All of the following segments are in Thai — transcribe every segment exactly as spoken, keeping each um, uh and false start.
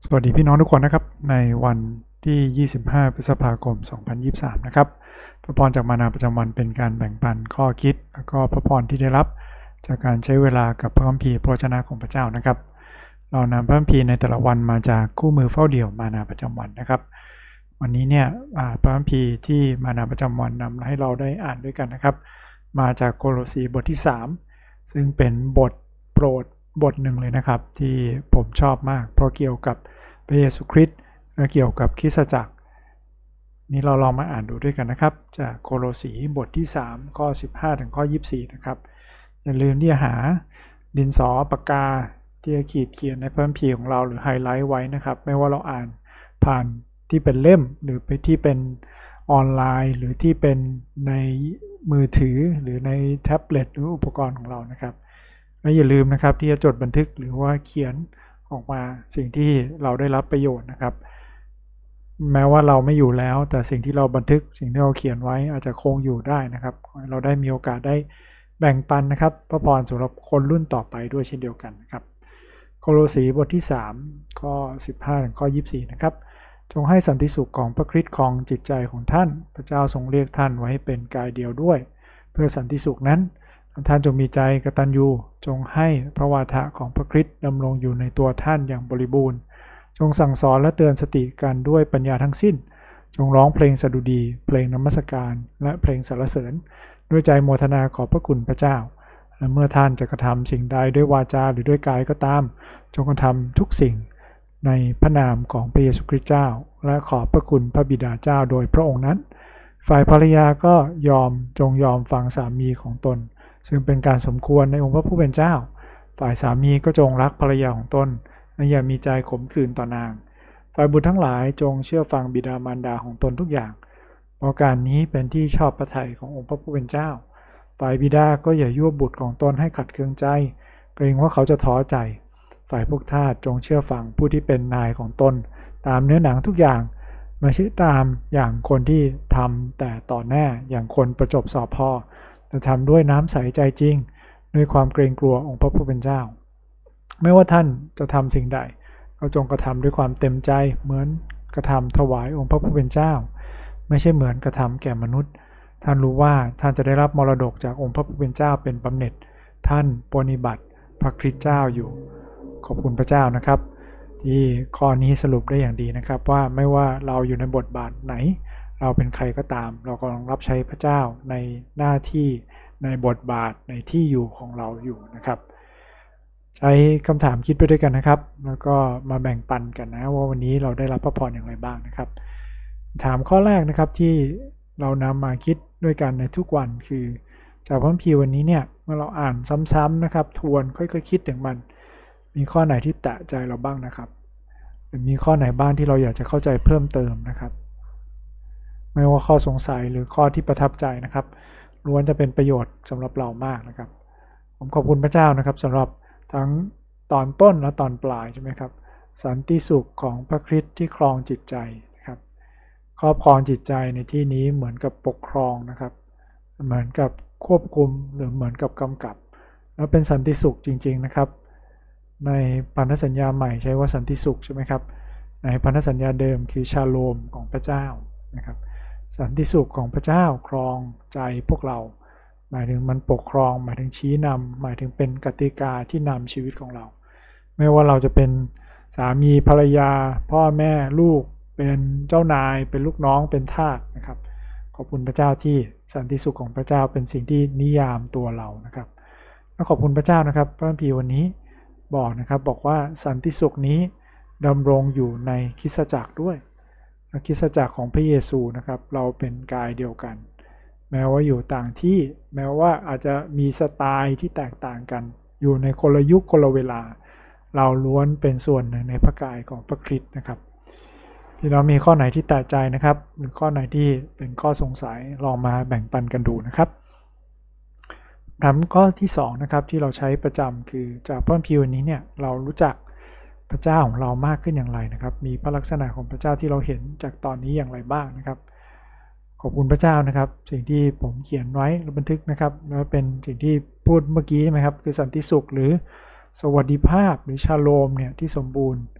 สวัสดีพี่น้องทุกคนนะครับในวันที่ยี่สิบห้าพฤษภาคมสองพันยี่สิบสามนะครับพระพรจากมานาประจำวันเป็นการแบ่งปันข้อคิดและก็พระพรที่ได้รับจากการใช้เวลากับพระคัมภีร์พระวจนะของพระเจ้านะครับเรานำพระคัมภีร์ในแต่ละวันมาจากคู่มือเฝ้าเดี่ยวมานาประจำวันนะครับวันนี้เนี่ยพระคัมภีร์ที่มานาประจำวันนำให้เราได้อ่านด้วยกันนะครับมาจากโคโลสีบทที่สามซึ่งเป็นบทโปรดบทหนึ่งเลยนะครับที่ผมชอบมากเพราะเกี่ยวกับพระเยซูคริสต์และเกี่ยวกับคริสตจักรนี้เราลองมาอ่านดูด้วยกันนะครับจากโคโลสีบทที่สามข้อสิบห้าถึงข้อยี่สิบสี่นะครับอย่าลืมที่จะหาดินสอปากกาที่จะขีดเขียนในพระคัมภีร์ของเราหรือไฮไลท์ไว้นะครับไม่ว่าเราอ่านผ่านที่เป็นเล่มหรือไปที่เป็นออนไลน์หรือที่เป็นในมือถือหรือในแท็บเล็ตหรืออุปกรณ์ของเรานะครับและอย่าลืมนะครับที่จะจดบันทึกหรือว่าเขียนออกมาสิ่งที่เราได้รับประโยชน์นะครับแม้ว่าเราไม่อยู่แล้วแต่สิ่งที่เราบันทึกสิ่งที่เราเขียนไว้อาจจะคงอยู่ได้นะครับเราได้มีโอกาสได้แบ่งปันนะครับพระพรสำหรับคนรุ่นต่อไปด้วยเช่นเดียวกันนะครับโคโลสีบทที่สามข้อสิบห้าถึงข้อยี่สิบสี่นะครับจงให้สันติสุขของพระคริสต์ครองจิตใจของท่านพระเจ้าทรงเรียกท่านไว้ให้เป็นกายเดียวด้วยเพื่อสันติสุขนั้นท่านจงมีใจกตัญญูจงให้พระวาทะของพระคริสต์ดำรงอยู่ในตัวท่านอย่างบริบูรณ์จงสั่งสอนและเตือนสติกันด้วยปัญญาทั้งสิ้นจงร้องเพลงสดุดีเพลงนมัสการและเพลงสรรเสริญด้วยใจโมทนาขอบพระคุณพระเจ้าและเมื่อท่านจะกระทำสิ่งใดด้วยวาจาหรือด้วยกายก็ตามจงกระทำทุกสิ่งในพระนามของพระเยซูคริสต์เจ้าและขอบพระคุณพระบิดาเจ้าโดยพระองค์นั้นฝ่ายภรรยาก็ยอมจงยอมฟังสามีของตนซึ่งเป็นการสมควรในองค์พระผู้เป็นเจ้าฝ่ายสามีก็จงรักภรรยาของตนและอย่ามีใจขมขื่นต่อนางฝ่ายบุตรทั้งหลายจงเชื่อฟังบิดามารดาของตนทุกอย่างเพราะการนี้เป็นที่ชอบพระทัยขององค์พระผู้เป็นเจ้าฝ่ายบิดาก็อย่ายั่วบุตรของตนให้ขัดเคืองใจเกรงว่าเขาจะท้อใจฝ่ายพวกทาสจงเชื่อฟังผู้ที่เป็นนายของตนตามเนื้อหนังทุกอย่างไม่ใช่ตามอย่างคนที่ทำแต่ต่อหน้าอย่างคนประจบสอบพ่อแต่ทำด้วยน้ำใสใจจริงด้วยความเกรงกลัวองค์พระผู้เป็นเจ้าไม่ว่าท่านจะทำสิ่งใดก็จงกระทำด้วยความเต็มใจเหมือนกระทำถวายองค์พระผู้เป็นเจ้าไม่ใช่เหมือนกระทำแก่มนุษย์ท่านรู้ว่าท่านจะได้รับมรดกจากองค์พระผู้เป็นเจ้าเป็นบำเหน็จท่านปฏิบัติพระคริสต์เจ้าอยู่ขอบคุณพระเจ้านะครับที่ข้อนี้สรุปได้อย่างดีนะครับว่าไม่ว่าเราอยู่ในบทบาทไหนเราเป็นใครก็ตามเรากำลังรับใช้พระเจ้าในหน้าที่ในบทบาทในที่อยู่ของเราอยู่นะครับใช้คำถามคิดไปด้วยกันนะครับแล้วก็มาแบ่งปันกันนะว่าวันนี้เราได้รับพระพรอย่างไรบ้างนะครับถามข้อแรกนะครับที่เรานำมาคิดด้วยกันในทุกวันคือจากพระคัมภีร์วันนี้เนี่ยเมื่อเราอ่านซ้ำๆนะครับทวนค่อยๆ ค, คิดถึงมันมีข้อไหนที่แตะใจเราบ้างนะครับหรือมีข้อไหนบ้างที่เราอยากจะเข้าใจเพิ่มเติมนะครับไม่ว่าข้อสงสัยหรือข้อที่ประทับใจนะครับล้วนจะเป็นประโยชน์สำหรับเรามากนะครับผมขอบคุณพระเจ้านะครับสำหรับทั้งตอนต้นและตอนปลายใช่ไหมครับสันติสุขของพระคริสต์ที่ครองจิตใจนะครับครอบครองจิตใจในที่นี้เหมือนกับปกครองนะครับเหมือนกับควบคุมหรือเหมือนกับกำกับแล้วเป็นสันติสุขจริงๆนะครับในพันธสัญญาใหม่ใช้ว่าสันติสุขใช่ไหมครับในพันธสัญญาเดิมคือชาโลมของพระเจ้านะครับสันติสุขของพระเจ้าครองใจพวกเราหมายถึงมันปกครองหมายถึงชี้นำหมายถึงเป็นกติกาที่นำชีวิตของเราไม่ว่าเราจะเป็นสามีภรรยาพ่อแม่ลูกเป็นเจ้านายเป็นลูกน้องเป็นทาสนะครับขอบคุณพระเจ้าที่สันติสุขของพระเจ้าเป็นสิ่งที่นิยามตัวเรานะครับและขอบคุณพระเจ้านะครับพระคัมภีร์วันนี้บอกนะครับบอกว่าสันติสุขนี้ดำรงอยู่ในคริสตจักรด้วยคริสตจักรของพระเยซูนะครับเราเป็นกายเดียวกันแม้ว่าอยู่ต่างที่แม้ว่าอาจจะมีสไตล์ที่แตกต่างกันอยู่ในคนละยุคคนละเวลาเราล้วนเป็นส่วนหนึ่งในพระกายของพระคริสต์นะครับพี่น้องมีข้อไหนที่แตกใจนะครับหรือข้อไหนที่เป็นข้อสงสัยลองมาแบ่งปันกันดูนะครับถามข้อที่สองนะครับที่เราใช้ประจำคือจากพระคัมภีร์วันนี้เนี่ยเรารู้จักพระเจ้าของเรามากขึ้นอย่างไรนะครับมีพระลักษณะของพระเจ้าที่เราเห็นจากตอนนี้อย่างไรบ้างนะครับขอบคุณพระเจ้านะครับสิ่งที่ผมเขียนไว้และบันทึกนะครับแล้วเป็นสิ่งที่พูดเมื่อกี้ใช่ไหมครับคือสันติสุขหรือสวัสดิภาพหรือชาโลมเนี่ยที่สมบูรณ์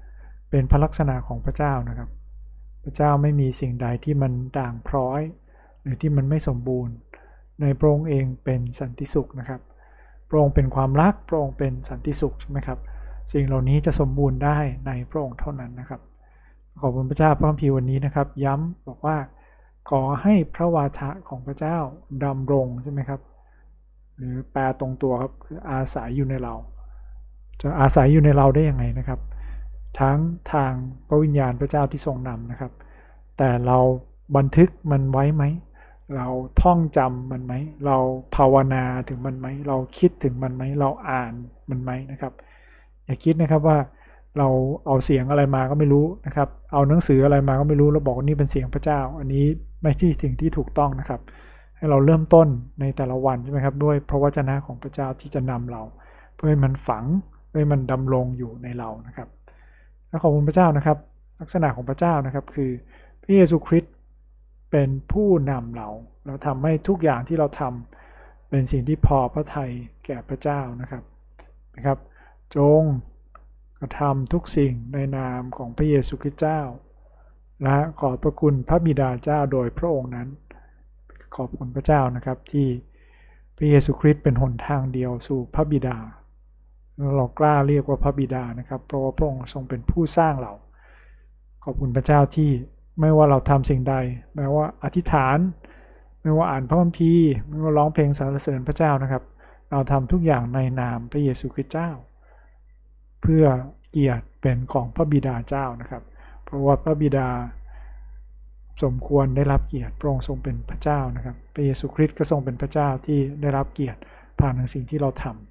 เป็นพระลักษณะของพระเจ้านะครับพระเจ้าไม่มีสิ่งใดที่มันด่างพร้อยหรือที่มันไม่สมบูรณ์ในพระองค์เองเป็นสันติสุขนะครับพระองค์เป็นความรักพระองค์เป็นสันติสุขใช่ไหมครับสิ่งเหล่านี้จะสมบูรณ์ได้ในพระองค์เท่านั้นนะครับขอบคุณพระเจ้าพระคัมภีร์วันนี้นะครับย้ำบอกว่าขอให้พระวาทะของพระเจ้าดำรงใช่ไหมครับหรือแปลตรงตัวครับคืออาศัยอยู่ในเราจะอาศัยอยู่ในเราได้ยังไงนะครับทั้งทางพระวิญญาณพระเจ้าที่ทรงนำนะครับแต่เราบันทึกมันไว้ไหมเราท่องจำมันไหมเราภาวนาถึงมันไหมเราคิดถึงมันไหมเราอ่านมันไหมนะครับอย่าคิดนะครับว่าเราเอาเสียงอะไรมาก็ไม่รู้นะครับเอาหนังสืออะไรมาก็ไม่รู้แล้วบอกว่านี่เป็นเสียงพระเจ้าอันนี้ไม่ใช่สิ่งที่ถูกต้องนะครับให้เราเริ่มต้นในแต่ละวันใช่ไหมครับด้วยพระวจนะของพระเจ้าที่จะนำเราเพื่อให้มันฝังเพื่อให้มันดำรงอยู่ในเรานะครับและขอบคุณพระเจ้านะครับลักษณะของพระเจ้านะครับคือพระเยซูคริสต์เป็นผู้นำเราเราทำให้ทุกอย่างที่เราทำเป็นสิ่งที่พอพระทัยแก่พระเจ้านะครับนะครับจงกระทำทุกสิ่งในนามของพระเยซูคริสต์เจ้าและขอบพระคุณพระบิดาเจ้าโดยพระองค์นั้นขอบคุณพระเจ้านะครับที่พระเยซูคริสต์เป็นหนทางเดียวสู่พระบิดาเรากล้าเรียกว่าพระบิดานะครับเพราะว่าพระองค์ทรงเป็นผู้สร้างเราขอบคุณพระเจ้าที่ไม่ว่าเราทำสิ่งใดแม้ว่าอธิษฐานไม่ว่าอ่านพระคัมภีร์ไม่ว่าร้องเพลงสรรเสริญพระเจ้านะครับเราทำทุกอย่างในนามพระเยซูคริสต์เจ้าเพื่อเกียรติเป็นของพระบิดาเจ้านะครับเพราะว่าพระบิดาสมควรได้รับเกียรติพระองค์ทรงเป็นพระเจ้านะครับพระเยซูคริสต์ก็ทรงเป็นพระเจ้าที่ได้รับเกียรติผ่านในสิ่งที่เราทำ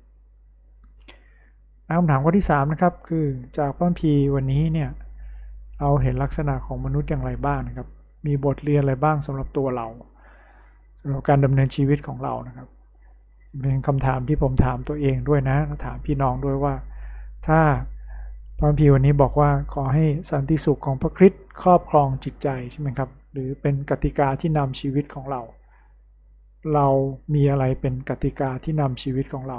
คำถามข้อที่สามนะครับคือจากพระคัมภีร์วันนี้เนี่ยเราเห็นลักษณะของมนุษย์อย่างไรบ้างนะครับมีบทเรียนอะไรบ้างสำหรับตัวเราสำหรับการดำเนินชีวิตของเรานะครับเป็นคำถามที่ผมถามตัวเองด้วยนะถามพี่น้องด้วยว่าถ้าพระคัมภีร์วันนี้บอกว่าขอให้สันติสุขของพระคริสต์ครอบครองจิตใจใช่ไหมครับหรือเป็นกติกาที่นำชีวิตของเราเรามีอะไรเป็นกติกาที่นำชีวิตของเรา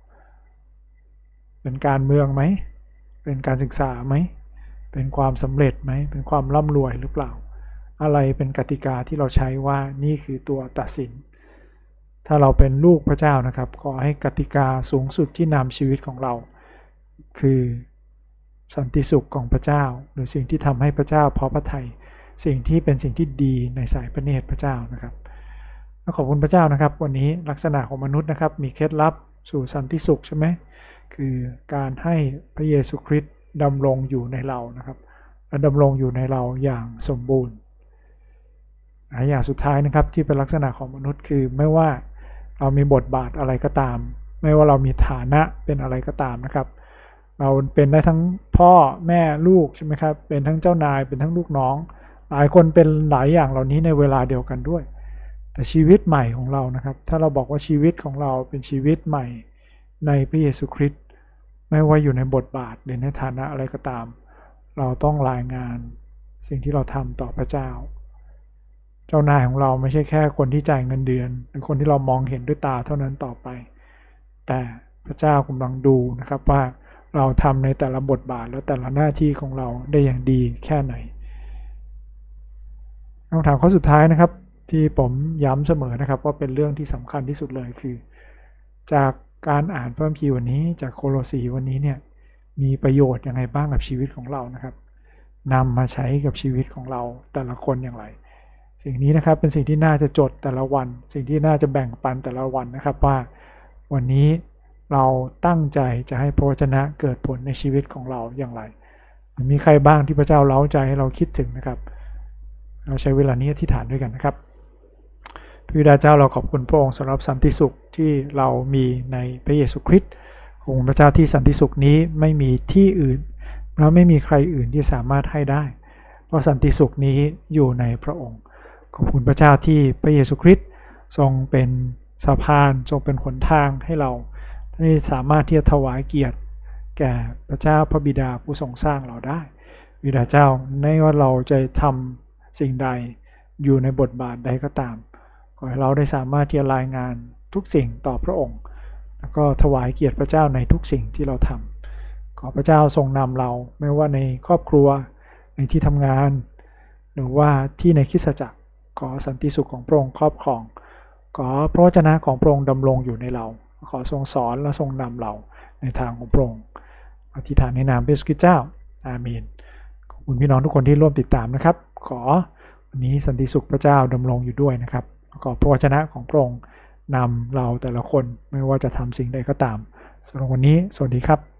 เป็นการเมืองไหมเป็นการศึกษาไหมเป็นความสำเร็จไหมเป็นความร่ำรวยหรือเปล่าอะไรเป็นกติกาที่เราใช้ว่านี่คือตัวตัดสินถ้าเราเป็นลูกพระเจ้านะครับขอให้กติกาสูงสุดที่นำชีวิตของเราคือสันติสุขของพระเจ้าหรือสิ่งที่ทำให้พระเจ้าพอพระทัยสิ่งที่เป็นสิ่งที่ดีในสายพระเนตรพระเจ้านะครับขอบคุณพระเจ้านะครับวันนี้ลักษณะของมนุษย์นะครับมีเคล็ดลับสู่สันติสุขใช่ไหมคือการให้พระเยซูคริสต์ดำรงอยู่ในเรานะครับและดำรงอยู่ในเราอย่างสมบูรณ์อย่างสุดท้ายนะครับที่เป็นลักษณะของมนุษย์คือไม่ว่าเรามีบทบาทอะไรก็ตามไม่ว่าเรามีฐานะเป็นอะไรก็ตามนะครับเราเป็นได้ทั้งพ่อแม่ลูกใช่ไหมครับเป็นทั้งเจ้านายเป็นทั้งลูกน้องหลายคนเป็นหลายอย่างเหล่านี้ในเวลาเดียวกันด้วยแต่ชีวิตใหม่ของเรานะครับถ้าเราบอกว่าชีวิตของเราเป็นชีวิตใหม่ในพระเยซูคริสต์ไม่ว่าอยู่ในบทบาทหรือในฐานะอะไรก็ตามเราต้องรายงานสิ่งที่เราทำต่อพระเจ้าเจ้านายของเราไม่ใช่แค่คนที่จ่ายเงินเดือนหรือคนที่เรามองเห็นด้วยตาเท่านั้นต่อไปแต่พระเจ้ากำลังดูนะครับว่าเราทำในแต่ละบทบาทและแต่ละหน้าที่ของเราได้อย่างดีแค่ไหนคำถามข้อสุดท้ายนะครับที่ผมย้ำเสมอนะครับว่าเป็นเรื่องที่สำคัญที่สุดเลยคือจากการอ่านพระคัมภีร์วันนี้จากโคโลสีวันนี้เนี่ยมีประโยชน์ยังไงบ้างกับชีวิตของเรานะครับนำมาใช้กับชีวิตของเราแต่ละคนอย่างไรสิ่งนี้นะครับเป็นสิ่งที่น่าจะจดแต่ละวันสิ่งที่น่าจะแบ่งปันแต่ละวันนะครับว่าวันนี้เราตั้งใจจะให้พระวจนะเกิดผลในชีวิตของเราอย่างไรมีใครบ้างที่พระเจ้าเร้าใจให้เราคิดถึงนะครับเราใช้เวลานี้อธิษฐานด้วยกันนะครับพระบิดาเจ้าเราขอบคุณพระองค์สำหรับสันติสุขที่เรามีในพระเยซูคริสต์องค์พระเจ้าที่สันติสุขนี้ไม่มีที่อื่นและไม่มีใครอื่นที่สามารถให้ได้เพราะสันติสุขนี้อยู่ในพระองค์ขอบคุณพระเจ้าที่พระเยซูคริสต์ทรงเป็นสะพานทรงเป็นหนทางให้เราได้สามารถที่จะถวายเกียรติแก่พระเจ้าพระบิดาผู้ทรงสร้างเราได้บิดาเจ้าไม่ว่าเราจะทำสิ่งใดอยู่ในบทบาทใดก็ตามขอให้เราได้สามารถที่จะรายงานทุกสิ่งต่อพระองค์แล้วก็ถวายเกียรติพระเจ้าในทุกสิ่งที่เราทำขอพระเจ้าทรงนำเราไม่ว่าในครอบครัวในที่ทำงานหรือว่าที่ในคริสตจักรขอสันติสุขของพระองค์ครอบครองขอพระวจนะของพระองค์ดำรงอยู่ในเราขอทรงสอนและทรงนำเราในทางของพระองค์อธิษฐานในนามพระเยซูคริสต์เจ้าอาเมนขอบคุณพี่น้องทุกคนที่ร่วมติดตามนะครับขอวันนี้สันติสุขพระเจ้าดำรงอยู่ด้วยนะครับขอพระวจนะของพระองค์นำเราแต่ละคนไม่ว่าจะทำสิ่งใดก็ตามสำหรับวันนี้สวัสดีครับ